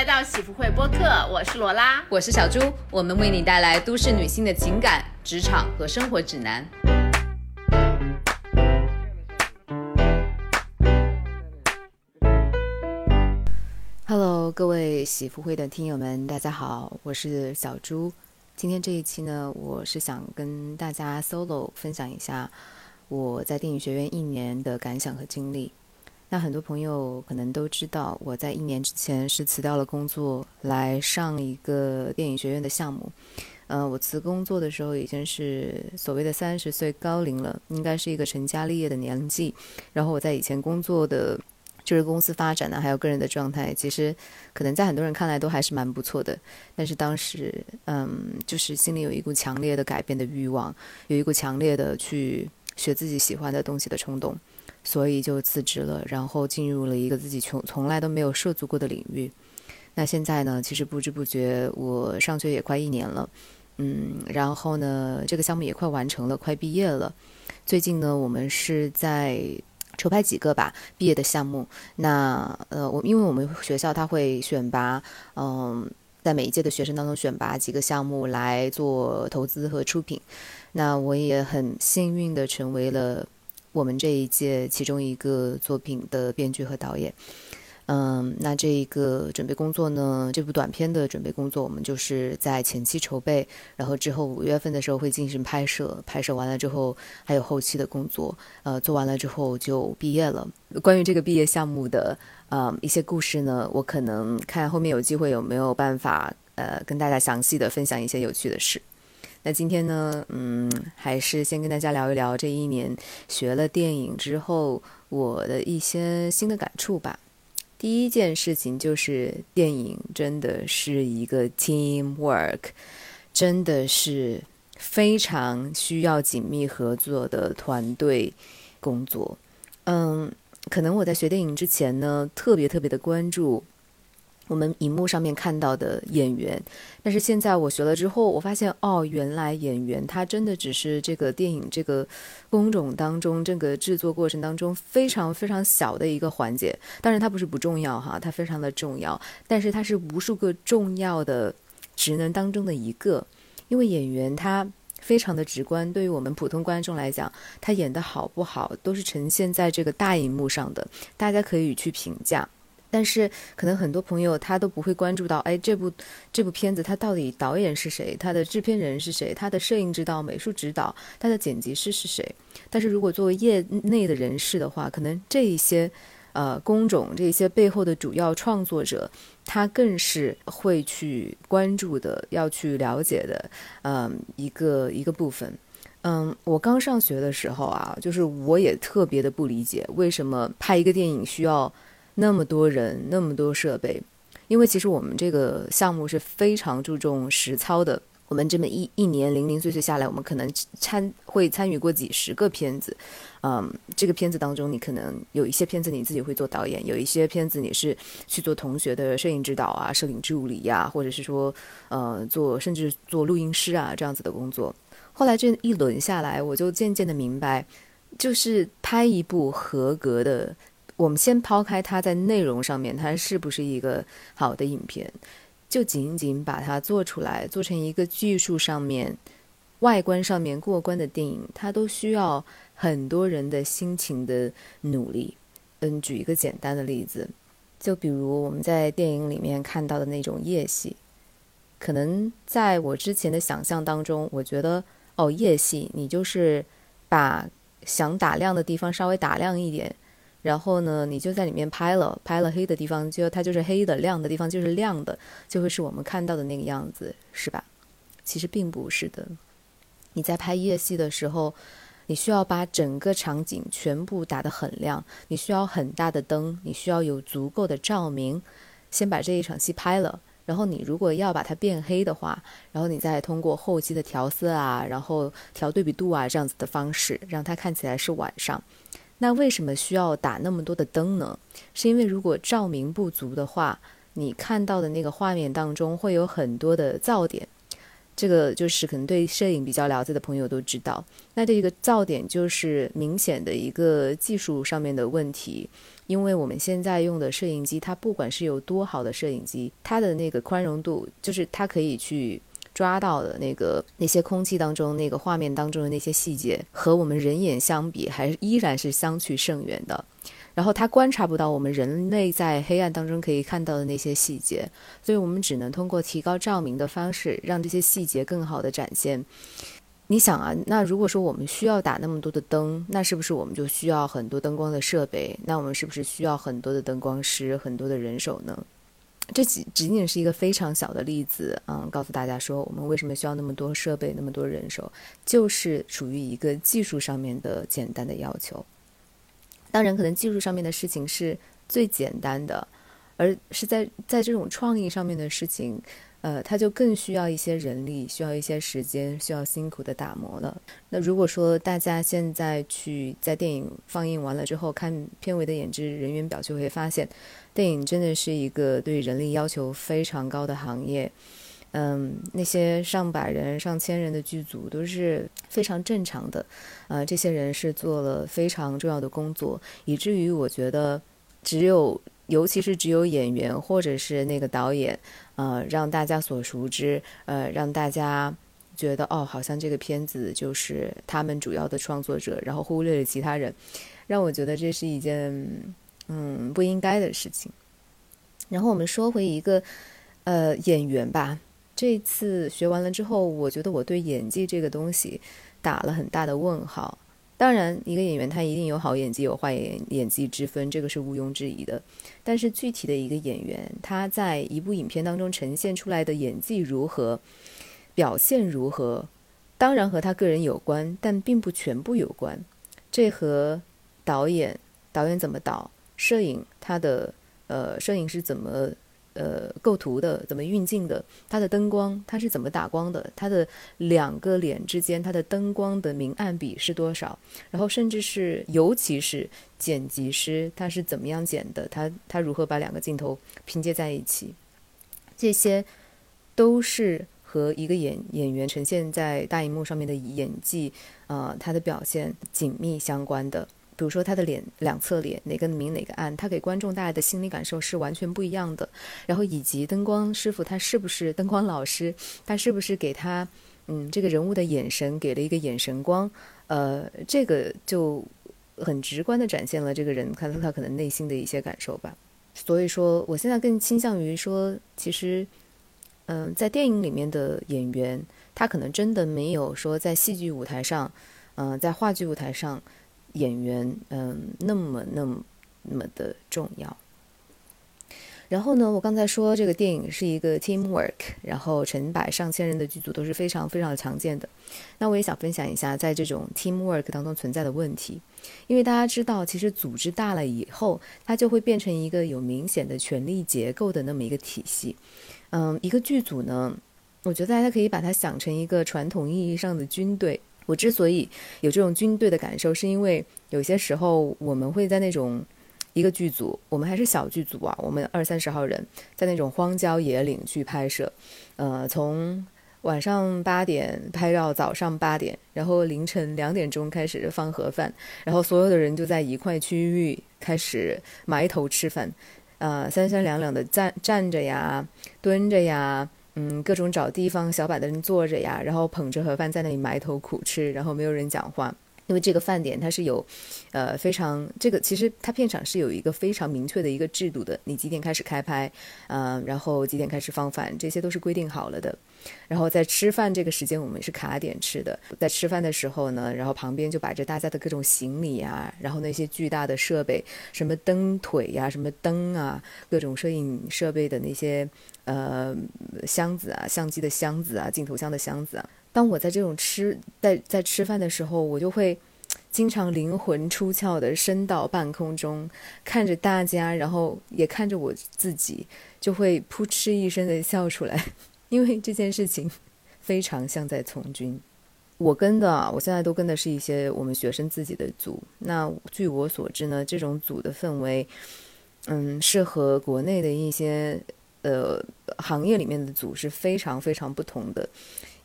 到喜福会播客，我是罗拉， 我是小朱，我们为你带来都市女性的情感、职场和生活指南。Hello， 各位喜福会的听友们，大家好，我是小朱。今天这一期呢，我是想跟大家 solo 分享一下我在电影学院1年的感想和经历。那很多朋友可能都知道，我在1年之前是辞掉了工作，来上一个电影学院的项目。我辞工作的时候已经是所谓的30岁高龄了，应该是一个成家立业的年纪。然后我在以前工作的就是公司发展呢，还有个人的状态，其实可能在很多人看来都还是蛮不错的。但是当时，就是心里有一股强烈的改变的欲望，有一股强烈的去学自己喜欢的东西的冲动。所以就辞职了，然后进入了一个自己从来都没有涉足过的领域。那现在呢，其实不知不觉我上学也快1年了，然后呢，这个项目也快完成了，快毕业了。最近呢，我们是在筹拍几个毕业的项目。那因为我们学校它会选拔，在每一届的学生当中选拔几个项目来做投资和出品。那我也很幸运的成为了我们这一届其中一个作品的编剧和导演。那这一个准备工作呢，这部短片的准备工作我们就是在前期筹备，然后之后5月份的时候会进行拍摄，拍摄完了之后还有后期的工作，做完了之后就毕业了。关于这个毕业项目的一些故事呢，我可能看后面有机会有没有办法跟大家详细的分享一些有趣的事。那今天呢，还是先跟大家聊一聊这1年学了电影之后我的一些新的感触吧。第一件事情就是电影真的是一个 teamwork， 真的是非常需要紧密合作的团队工作。可能我在学电影之前呢，特别的关注我们荧幕上面看到的演员，但是现在我学了之后，我发现原来演员他真的只是这个电影这个工种当中，这个制作过程当中非常小的一个环节。当然它不是不重要哈，它非常的重要，但是它是无数个重要的职能当中的一个。因为演员他非常的直观，对于我们普通观众来讲，他演得好不好都是呈现在这个大荧幕上的，大家可以去评价。但是可能很多朋友他都不会关注到，这部片子他到底导演是谁，他的制片人是谁，他的摄影指导、美术指导，他的剪辑师是谁。但是如果作为业内的人士的话，可能这一些工种，这些背后的主要创作者，他更是会去关注的，要去了解的一个部分。我刚上学的时候啊，就是我也特别的不理解为什么拍一个电影需要那么多人那么多设备。因为其实我们这个项目是非常注重实操的，我们这么一年零零碎碎下来，我们可能会参与过几十个片子。这个片子当中你可能有一些片子你自己会做导演，有一些片子你是去做同学的摄影指导啊、摄影助理啊，或者是说甚至做录音师啊这样子的工作。后来这一轮下来，我就渐渐的明白，就是拍一部合格的，我们先抛开它在内容上面它是不是一个好的影片，就仅仅把它做出来，做成一个技术上面、外观上面过关的电影，它都需要很多人的辛勤的努力。举一个简单的例子，就比如我们在电影里面看到的那种夜戏，可能在我之前的想象当中，我觉得夜戏你就是把想打亮的地方稍微打亮一点，然后呢你就在里面拍了黑的地方，它就是黑的，亮的地方就是亮的，就会是我们看到的那个样子，是吧？其实并不是的。你在拍夜戏的时候，你需要把整个场景全部打得很亮，你需要很大的灯，你需要有足够的照明，先把这一场戏拍了。然后你如果要把它变黑的话，然后你再通过后期的调色啊，然后调对比度啊，这样子的方式让它看起来是晚上。那为什么需要打那么多的灯呢？是因为如果照明不足的话，你看到的那个画面当中会有很多的噪点， 这个就是可能对摄影比较了解的朋友都知道。那这个噪点就是明显的一个技术上面的问题，因为我们现在用的摄影机，它不管是有多好的摄影机，它的那个宽容度，就是它可以去抓到的那些空气当中那个画面当中的那些细节，和我们人眼相比还依然是相去甚远的。然后它观察不到我们人类在黑暗当中可以看到的那些细节，所以我们只能通过提高照明的方式让这些细节更好的展现。你想啊，那如果说我们需要打那么多的灯，那是不是我们就需要很多灯光的设备？那我们是不是需要很多的灯光师，很多的人手呢？这仅仅是一个非常小的例子，告诉大家说我们为什么需要那么多设备，那么多人手，就是属于一个技术上面的简单的要求。当然可能技术上面的事情是最简单的，而是在这种创意上面的事情，它就更需要一些人力，需要一些时间，需要辛苦的打磨了。那如果说大家现在去在电影放映完了之后看片尾的演职人员表，就会发现电影真的是一个对人力要求非常高的行业。那些上百人上千人的剧组都是非常正常的，这些人是做了非常重要的工作，以至于我觉得尤其是只有演员或者是那个导演让大家所熟知，让大家觉得好像这个片子就是他们主要的创作者，然后忽略了其他人，让我觉得这是一件不应该的事情。然后我们说回一个演员吧，这次学完了之后，我觉得我对演技这个东西打了很大的问号。当然一个演员他一定有好演技有坏演技之分，这个是毋庸置疑的，但是具体的一个演员他在一部影片当中呈现出来的演技如何，表现如何，当然和他个人有关，但并不全部有关。这和导演怎么导，摄影他的摄影是怎么构图的，怎么运镜的，它的灯光它是怎么打光的，它的两个脸之间它的灯光的明暗比是多少，然后甚至是尤其是剪辑师他是怎么样剪的，他如何把两个镜头拼接在一起，这些都是和一个演员呈现在大荧幕上面的演技他的表现紧密相关的。比如说他的脸两侧脸哪个明哪个暗，他给观众带来的心理感受是完全不一样的。然后以及灯光师傅他是不是灯光老师，他是不是给他这个人物的眼神给了一个眼神光，这个就很直观的展现了这个人他可能内心的一些感受吧。所以说我现在更倾向于说，其实在电影里面的演员他可能真的没有说在戏剧舞台上在话剧舞台上演员那么的重要。然后呢，我刚才说这个电影是一个 teamwork， 然后成百上千人的剧组都是非常非常常见的。那我也想分享一下在这种 teamwork 当中存在的问题，因为大家知道其实组织大了以后，它就会变成一个有明显的权力结构的那么一个体系。一个剧组呢，我觉得大家可以把它想成一个传统意义上的军队。我之所以有这种军队的感受，是因为有些时候我们会在那种一个剧组，我们还是小剧组啊，我们20-30号人，在那种荒郊野岭去拍摄，从晚上8点拍到早上8点，然后凌晨2点钟开始放盒饭，然后所有的人就在一块区域开始埋头吃饭，三三两两的站着呀，蹲着呀。各种找地方小摆的人坐着呀，然后捧着盒饭在那里埋头苦吃，然后没有人讲话。因为这个饭点它是有非常这个其实它片场是有一个非常明确的一个制度的，你几点开始开拍然后几点开始放饭，这些都是规定好了的。然后在吃饭这个时间我们是卡点吃的，在吃饭的时候呢，然后旁边就摆着大家的各种行李啊，然后那些巨大的设备，什么灯腿呀，什么灯啊，各种摄影设备的那些箱子啊，相机的箱子啊，镜头箱的箱子啊。当我在这种在吃饭的时候，我就会经常灵魂出窍的升到半空中，看着大家，然后也看着我自己，就会扑哧一声的笑出来，因为这件事情非常像在从军。我现在都跟的是一些我们学生自己的组，那据我所知呢，这种组的氛围是和国内的一些行业里面的组是非常非常不同的。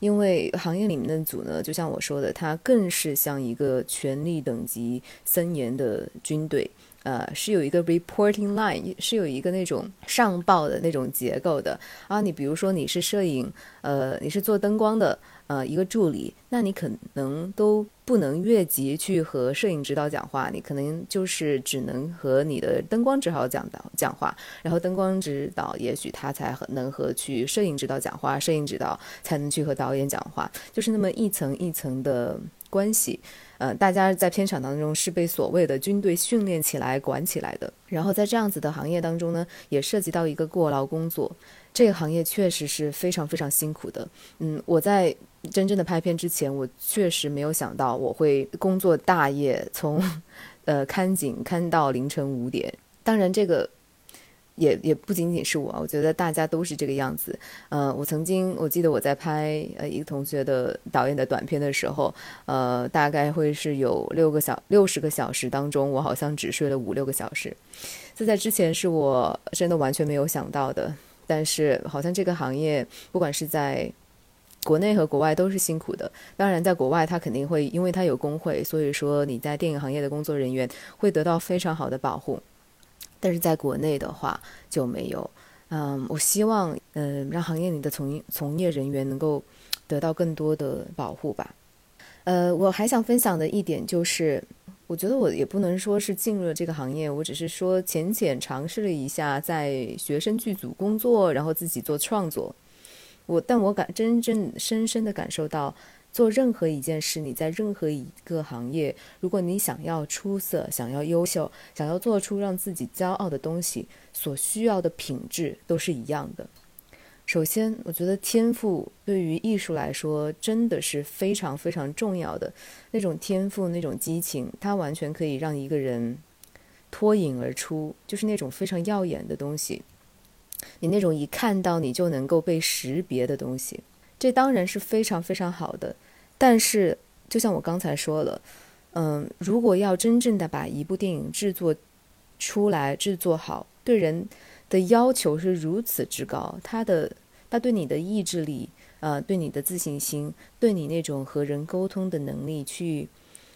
因为行业里面的组呢，就像我说的，它更是像一个权力等级森严的军队。是有一个 reporting line， 是有一个那种上报的那种结构的啊。你比如说你是摄影，你是做灯光的，一个助理，那你可能都不能越级去和摄影指导讲话，你可能就是只能和你的灯光指导讲话，然后灯光指导也许他才能和去摄影指导讲话，摄影指导才能去和导演讲话，就是那么一层一层的关系。大家在片场当中是被所谓的军队训练起来管起来的，然后在这样子的行业当中呢，也涉及到一个过劳工作，这个行业确实是非常非常辛苦的。我在真正的拍片之前，我确实没有想到我会工作大夜，从看景看到凌晨5点。当然这个也不仅仅是我觉得大家都是这个样子。我记得我在拍一个同学的导演的短片的时候，大概会是有60个小时当中，我好像只睡了5-6个小时。这在之前是我真的完全没有想到的，但是好像这个行业不管是在国内和国外都是辛苦的。当然在国外它肯定会因为它有工会，所以说你在电影行业的工作人员会得到非常好的保护，但是在国内的话就没有。我希望让行业里的从业人员能够得到更多的保护吧。我还想分享的一点就是，我觉得我也不能说是进入了这个行业，我只是说浅尝试了一下在学生剧组工作，然后自己做创作。但我真正深深的感受到，做任何一件事，你在任何一个行业，如果你想要出色，想要优秀，想要做出让自己骄傲的东西，所需要的品质都是一样的。首先我觉得天赋对于艺术来说真的是非常非常重要的，那种天赋，那种激情，它完全可以让一个人脱颖而出，就是那种非常耀眼的东西，你那种一看到你就能够被识别的东西，这当然是非常非常好的。但是就像我刚才说了，如果要真正的把一部电影制作出来，制作好，对人的要求是如此之高，他对你的意志力，对你的自信心，对你那种和人沟通的能力，去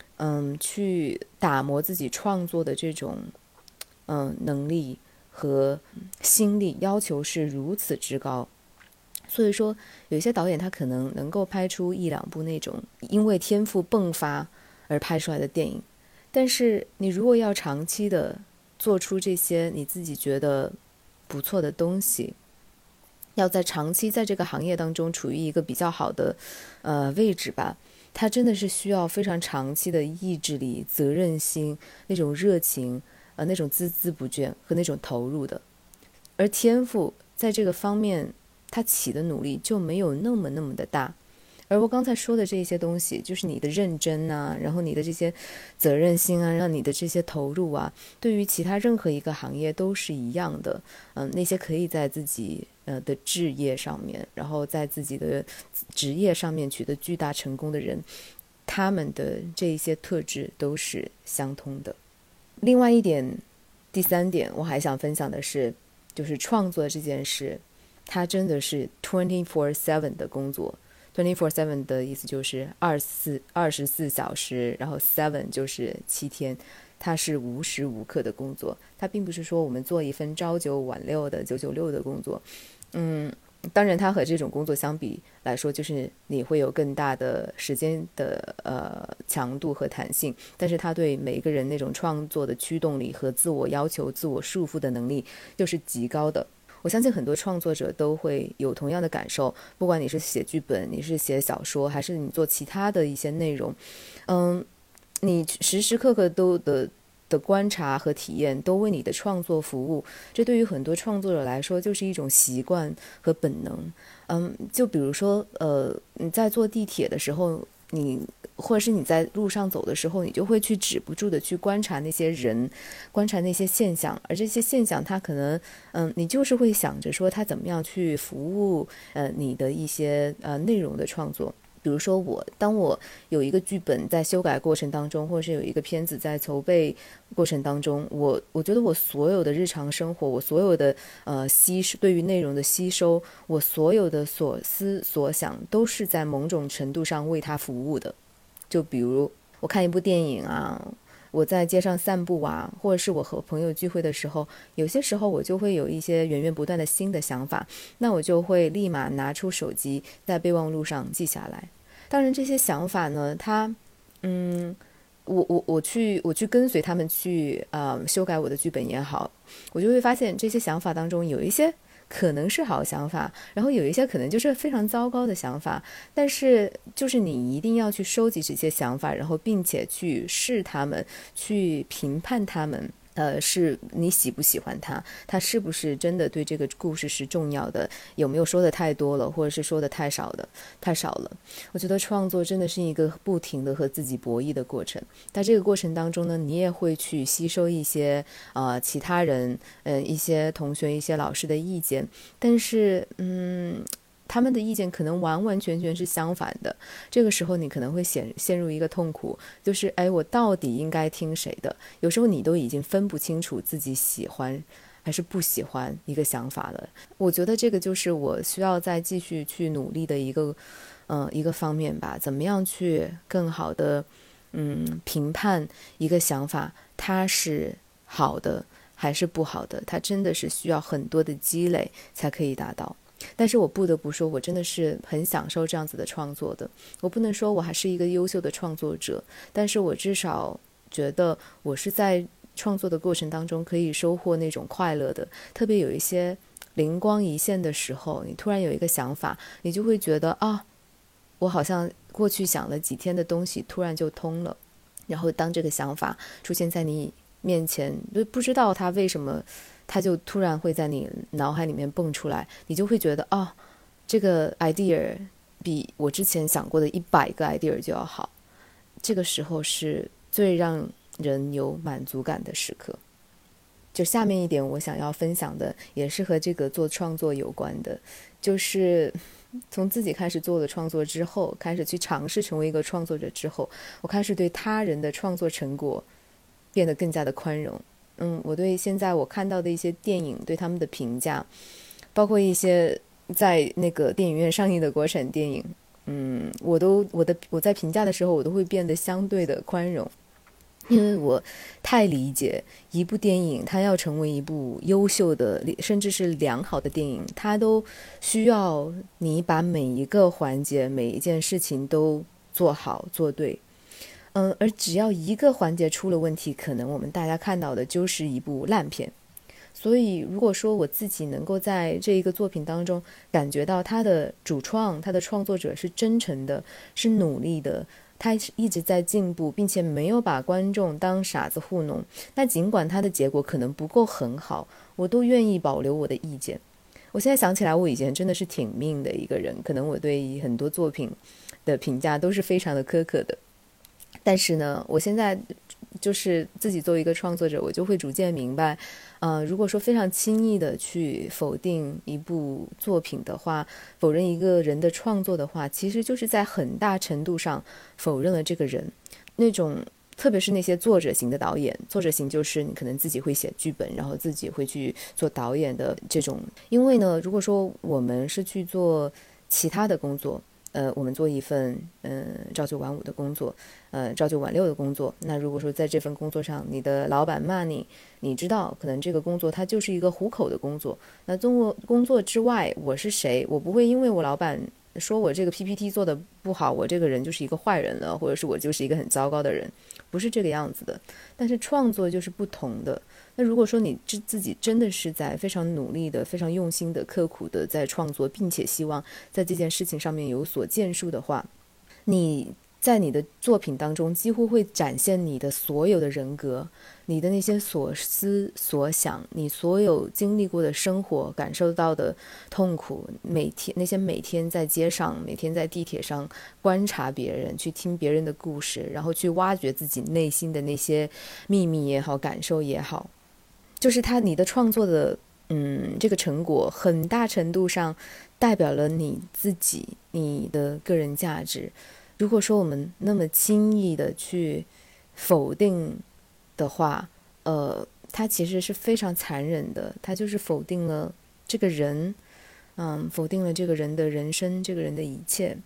打磨自己创作的这种能力和心力，要求是如此之高。所以说有一些导演他可能能够拍出1-2部那种因为天赋迸发而拍出来的电影，但是你如果要长期的做出这些你自己觉得不错的东西，要在长期在这个行业当中处于一个比较好的位置吧，它真的是需要非常长期的意志力、责任心、那种热情，那种孜孜不倦和那种投入的。而天赋在这个方面他起的努力就没有那么的大。而我刚才说的这些东西，就是你的认真啊，然后你的这些责任心啊，让你的这些投入啊，对于其他任何一个行业都是一样的。那些可以在自己的志业上面，然后在自己的职业上面取得巨大成功的人，他们的这一些特质都是相通的。另外一点，第3点我还想分享的是，就是创作这件事，它真的是 24/7 的工作。24/7 的意思就是24小时，然后 7就是7天，它是无时无刻的工作。它并不是说我们做一份朝9晚6的996的工作。当然它和这种工作相比来说，就是你会有更大的时间的强度和弹性，但是它对每个人那种创作的驱动力和自我要求、自我束缚的能力就是极高的。我相信很多创作者都会有同样的感受，不管你是写剧本，你是写小说，还是你做其他的一些内容，你时时刻刻都的观察和体验都为你的创作服务，这对于很多创作者来说就是一种习惯和本能。就比如说你在坐地铁的时候，或者是你在路上走的时候，你就会去止不住的去观察那些人，观察那些现象，而这些现象它可能你就是会想着说它怎么样去服务你的一些内容的创作。比比如说当我有一个剧本在修改过程当中，或者是有一个片子在筹备过程当中，我觉得我所有的日常生活，我所有的对于内容的吸收，我所有的所思所想，都是在某种程度上为它服务的。就比如我看一部电影啊，我在街上散步啊，或者是我和朋友聚会的时候，有些时候我就会有一些源源不断的新的想法，那我就会立马拿出手机在备忘录上记下来。当然这些想法呢，我去跟随他们去修改我的剧本也好，我就会发现这些想法当中有一些可能是好想法，然后有一些可能就是非常糟糕的想法，但是就是你一定要去收集这些想法，然后并且去试他们，去评判他们。是你喜不喜欢他是不是真的对这个故事是重要的，有没有说的太多了，或者是说的太少了。我觉得创作真的是一个不停的和自己博弈的过程，在这个过程当中呢，你也会去吸收一些其他人一些同学一些老师的意见，但是他们的意见可能完完全全是相反的，这个时候你可能会陷入一个痛苦，就是我到底应该听谁的？有时候你都已经分不清楚自己喜欢还是不喜欢一个想法了。我觉得这个就是我需要再继续去努力的一个方面吧，怎么样去更好的评判一个想法，它是好的还是不好的，它真的是需要很多的积累才可以达到。但是我不得不说，我真的是很享受这样子的创作的。我不能说我还是一个优秀的创作者，但是我至少觉得我是在创作的过程当中可以收获那种快乐的。特别有一些灵光一现的时候，你突然有一个想法，你就会觉得我好像过去想了几天的东西突然就通了。然后当这个想法出现在你面前，就不知道它为什么它就突然会在你脑海里面蹦出来，你就会觉得这个 idea 比我之前想过的100个 idea 就要好。这个时候是最让人有满足感的时刻。就下面一点我想要分享的也是和这个做创作有关的，就是从自己开始做了创作之后，开始去尝试成为一个创作者之后，我开始对他人的创作成果变得更加的宽容。我对现在我看到的一些电影对他们的评价，包括一些在那个电影院上映的国产电影，我在评价的时候我都会变得相对的宽容，因为我太理解一部电影它要成为一部优秀的甚至是良好的电影，它都需要你把每一个环节每一件事情都做好做对。而只要一个环节出了问题，可能我们大家看到的就是一部烂片。所以如果说我自己能够在这一个作品当中感觉到他的主创他的创作者是真诚的，是努力的，他一直在进步，并且没有把观众当傻子糊弄，那尽管他的结果可能不够很好，我都愿意保留我的意见。我现在想起来，我以前真的是挺命的一个人，可能我对很多作品的评价都是非常的苛刻的。但是呢，我现在就是自己作为一个创作者，我就会逐渐明白，如果说非常轻易的去否定一部作品的话，否认一个人的创作的话，其实就是在很大程度上否认了这个人。那种特别是那些作者型的导演，作者型就是你可能自己会写剧本，然后自己会去做导演的这种。因为呢，如果说我们是去做其他的工作，我们做一份朝九晚五的工作，朝九晚六的工作，那如果说在这份工作上你的老板骂你，你知道可能这个工作它就是一个糊口的工作，那工作之外我是谁，我不会因为我老板说我这个 PPT 做的不好，我这个人就是一个坏人了，或者是我就是一个很糟糕的人，不是这个样子的。但是创作就是不同的。那如果说你自己真的是在非常努力的非常用心的刻苦的在创作，并且希望在这件事情上面有所建树的话，你在你的作品当中几乎会展现你的所有的人格，你的那些所思所想，你所有经历过的生活，感受到的痛苦，每天在街上，每天在地铁上观察别人，去听别人的故事，然后去挖掘自己内心的那些秘密也好，感受也好，就是你的创作的这个成果很大程度上代表了你自己，你的个人价值。如果说我们那么轻易的去否定的话，它其实是非常残忍的，它就是否定了这个人，否定了这个人的人生，这个人的一切。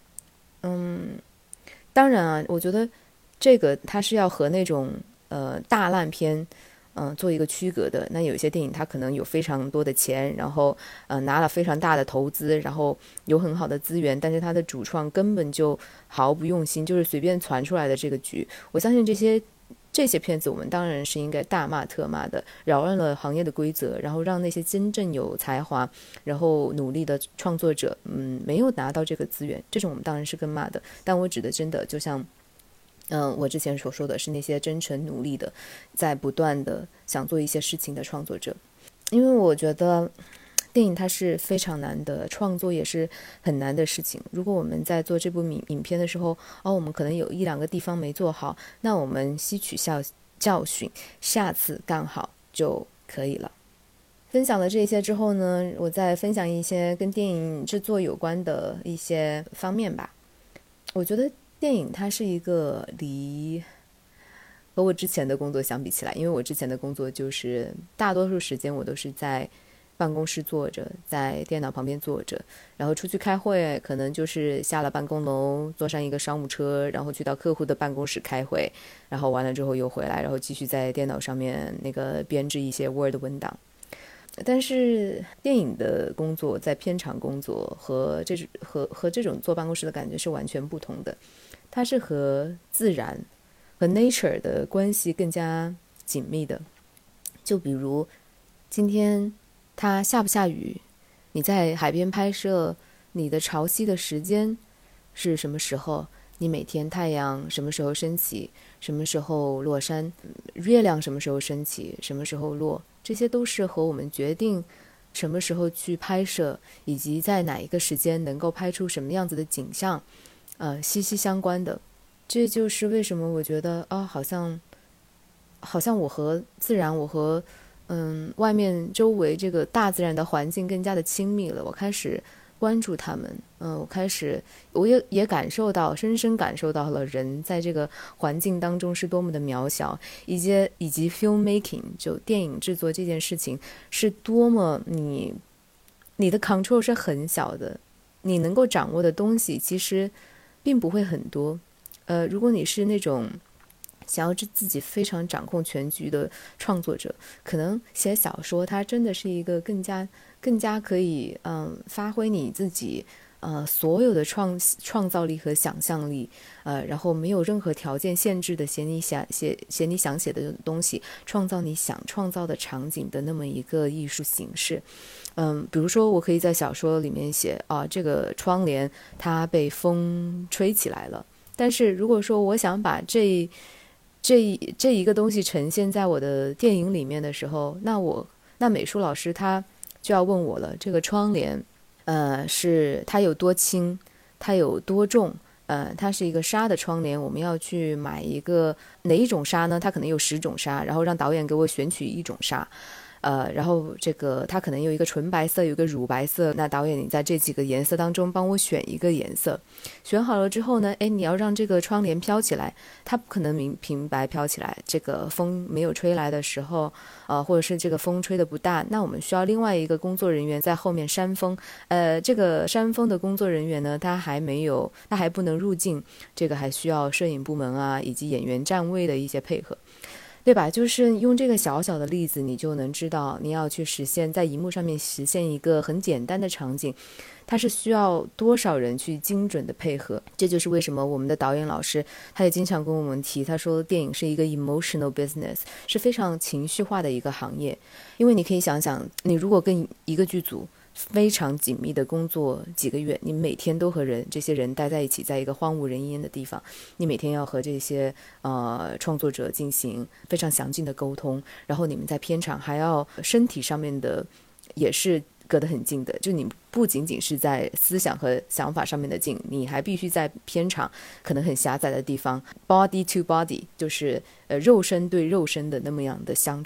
当然啊，我觉得这个它是要和那种大烂片做一个区隔的。那有些电影它可能有非常多的钱，然后拿了非常大的投资，然后有很好的资源，但是它的主创根本就毫不用心，就是随便传出来的这个局。我相信这些片子我们当然是应该大骂特骂的，扰乱了行业的规则，然后让那些真正有才华然后努力的创作者没有拿到这个资源，这种我们当然是更骂的。但我指的真的就像我之前所说的是那些真诚努力的在不断的想做一些事情的创作者。因为我觉得电影它是非常难的，创作也是很难的事情。如果我们在做这部影片的时候我们可能有1-2个地方没做好，那我们吸取教训，下次干好就可以了。分享了这些之后呢，我再分享一些跟电影制作有关的一些方面吧。我觉得电影它是一个和我之前的工作相比起来，因为我之前的工作就是大多数时间我都是在办公室坐着，在电脑旁边坐着，然后出去开会可能就是下了办公楼坐上一个商务车，然后去到客户的办公室开会，然后完了之后又回来，然后继续在电脑上面编制一些 Word 文档。但是电影的工作，在片场工作和这种坐办公室的感觉是完全不同的。它是和自然和 nature 的关系更加紧密的。就比如今天它下不下雨，你在海边拍摄，你的潮汐的时间是什么时候，你每天太阳什么时候升起，什么时候落山，月亮什么时候升起，什么时候落，这些都是和我们决定什么时候去拍摄，以及在哪一个时间能够拍出什么样子的景象息息相关的。这就是为什么我觉得好像我和自然，我和外面周围这个大自然的环境更加的亲密了。我开始关注他们，我也深深感受到了人在这个环境当中是多么的渺小，以及 filmmaking 就电影制作这件事情是多么你的 control 是很小的，你能够掌握的东西其实并不会很多。如果你是那种想要自己非常掌控全局的创作者，可能写小说它真的是一个更加可以发挥你自己所有的创造力和想象力，然后没有任何条件限制的写你想写的东西，创造你想创造的场景的那么一个艺术形式。比如说我可以在小说里面写这个窗帘它被风吹起来了，但是如果说我想把这一个东西呈现在我的电影里面的时候，那美术老师他就要问我了，这个窗帘是它有多轻，它有多重，它是一个纱的窗帘，我们要去买哪一种纱呢？它可能有10种纱，然后让导演给我选取一种纱。然后它可能有一个纯白色，有一个乳白色，那导演你在这几个颜色当中帮我选一个颜色，选好了之后呢，你要让这个窗帘飘起来，它不可能平白飘起来，这个风没有吹来的时候或者是这个风吹得不大，那我们需要另外一个工作人员在后面扇风，这个扇风的工作人员呢，他还不能入镜，这个还需要摄影部门以及演员站位的一些配合，对吧？就是用这个小小的例子，你就能知道你要去在荧幕上面实现一个很简单的场景，它是需要多少人去精准的配合。这就是为什么我们的导演老师他也经常跟我们提，他说电影是一个 emotional business， 是非常情绪化的一个行业。因为你可以想想，你如果跟一个剧组非常紧密的工作几个月，你每天都和这些人待在一起，在一个荒无人烟的地方，你每天要和这些创作者进行非常详尽的沟通，然后你们在片场还要身体上面的也是隔得很近的，就你不仅仅是在思想和想法上面的近，你还必须在片场可能很狭窄的地方 body to body， 就是肉身对肉身的那么样的相处。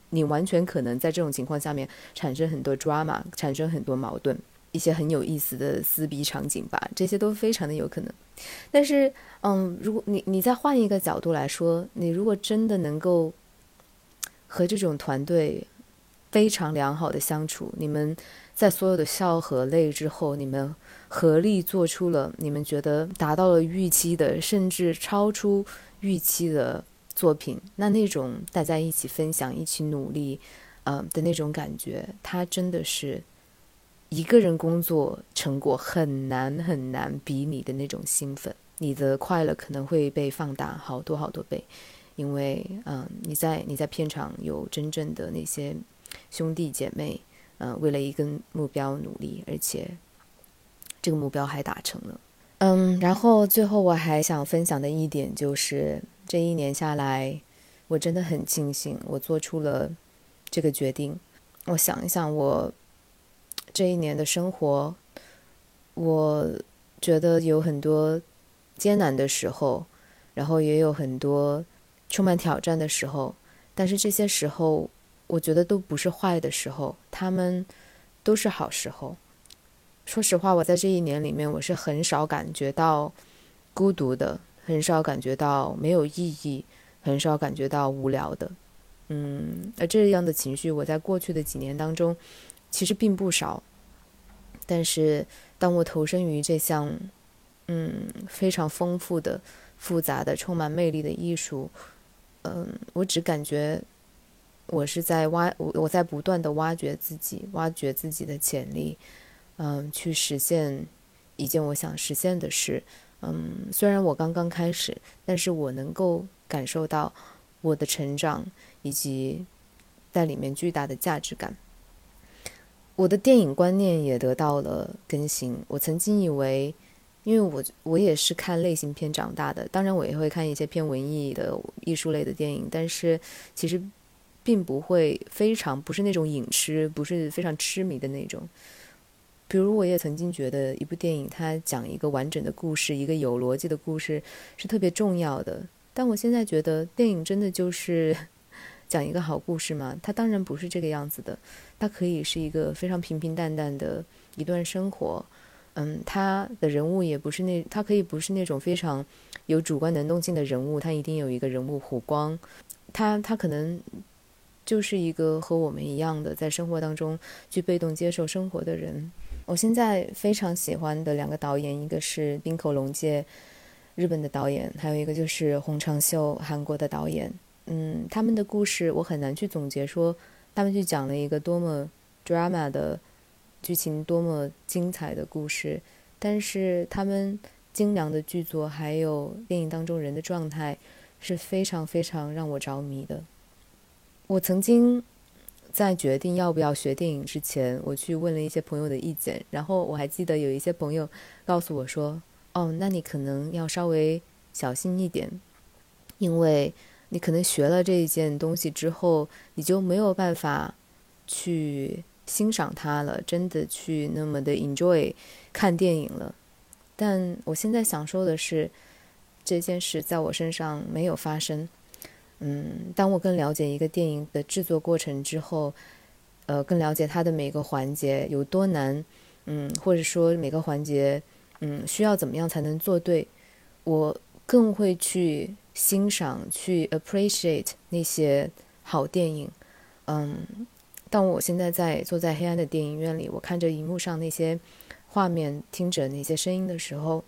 你完全可能在这种情况下面产生很多 drama， 产生很多矛盾，一些很有意思的撕逼场景吧，这些都非常的有可能。但是如果你再换一个角度来说，你如果真的能够和这种团队非常良好的相处，你们在所有的笑和泪之后，你们合力做出了你们觉得达到了预期的，甚至超出预期的作品，那种大家一起分享一起努力的那种感觉，它真的是一个人工作成果很难很难比拟的那种兴奋，你的快乐可能会被放大好多好多倍，因为你在片场有真正的那些兄弟姐妹为了一个目标努力，而且这个目标还达成了。然后最后我还想分享的一点就是这一年下来，我真的很庆幸我做出了这个决定。我想一想我这一年的生活，我觉得有很多艰难的时候，然后也有很多充满挑战的时候，但是这些时候我觉得都不是坏的时候，他们都是好时候。说实话，我在这一年里面我是很少感觉到孤独的，很少感觉到没有意义，很少感觉到无聊的。而这样的情绪我在过去的几年当中其实并不少，但是当我投身于这项非常丰富的复杂的充满魅力的艺术，我只感觉我在不断的挖掘自己的潜力，去实现一件我想实现的事。虽然我刚刚开始，但是我能够感受到我的成长以及在里面巨大的价值感。我的电影观念也得到了更新。我曾经以为，因为我也是看类型片长大的，当然我也会看一些偏文艺的艺术类的电影，但是其实并不会不是那种影痴，不是非常痴迷的那种。比如我也曾经觉得一部电影它讲一个完整的故事，一个有逻辑的故事是特别重要的，但我现在觉得电影真的就是讲一个好故事吗？它当然不是这个样子的，它可以是一个非常平平淡淡的一段生活。他的人物也不是他可以不是那种非常有主观能动性的人物，他一定有一个人物弧光，他可能就是一个和我们一样的在生活当中去被动接受生活的人。我现在非常喜欢的两个导演，一个是滨口龙介，日本的导演，还有一个就是洪长秀，韩国的导演。他们的故事我很难去总结说他们去讲了一个多么 drama 的剧情，多么精彩的故事，但是他们精良的剧作还有电影当中人的状态是非常非常让我着迷的。我曾经在决定要不要学电影之前，我去问了一些朋友的意见，然后我还记得有一些朋友告诉我说，那你可能要稍微小心一点，因为你可能学了这一件东西之后，你就没有办法去欣赏它了，真的去那么的 enjoy 看电影了。但我现在想说的是，这件事在我身上没有发生。当我更了解一个电影的制作过程之后，更了解它的每个环节有多难，或者说每个环节，需要怎么样才能做对，我更会去欣赏，去 appreciate 那些好电影。当我现在坐在黑暗的电影院里，我看着荧幕上那些画面，听着那些声音的时候，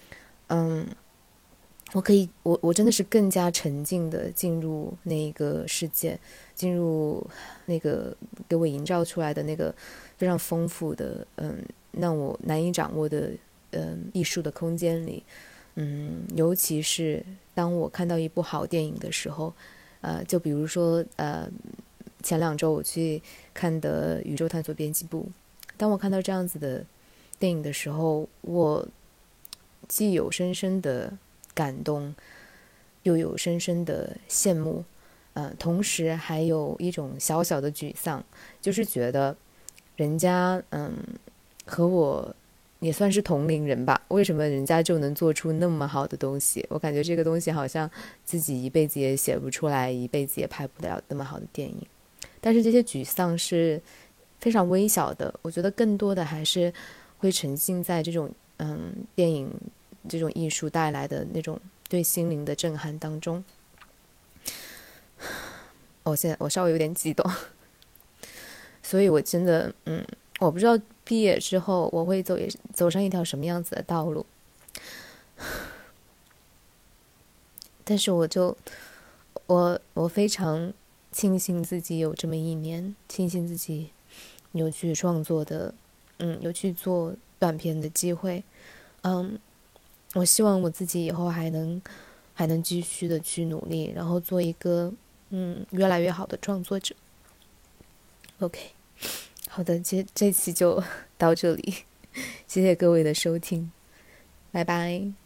我真的是更加沉浸的进入那个世界，进入那个给我营造出来的那个非常丰富的让我难以掌握的艺术的空间里。尤其是当我看到一部好电影的时候，就比如说前2周我去看的《宇宙探索编辑部》，当我看到这样子的电影的时候，我既有深深的感动，又有深深的羡慕，同时还有一种小小的沮丧，就是觉得人家和我也算是同龄人吧，为什么人家就能做出那么好的东西？我感觉这个东西好像自己一辈子也写不出来，一辈子也拍不了那么好的电影。 但是这些沮丧是非常微小的，我觉得更多的还是会沉浸在这种电影这种艺术带来的那种对心灵的震撼当中。现在我稍微有点激动，所以我真的我不知道毕业之后我会走上一条什么样子的道路，但是我非常庆幸自己有这么一年，庆幸自己有去创作的有去做短片的机会。我希望我自己以后还能继续的去努力，然后做一个越来越好的创作者。OK， 好的，这期就到这里，谢谢各位的收听，拜拜。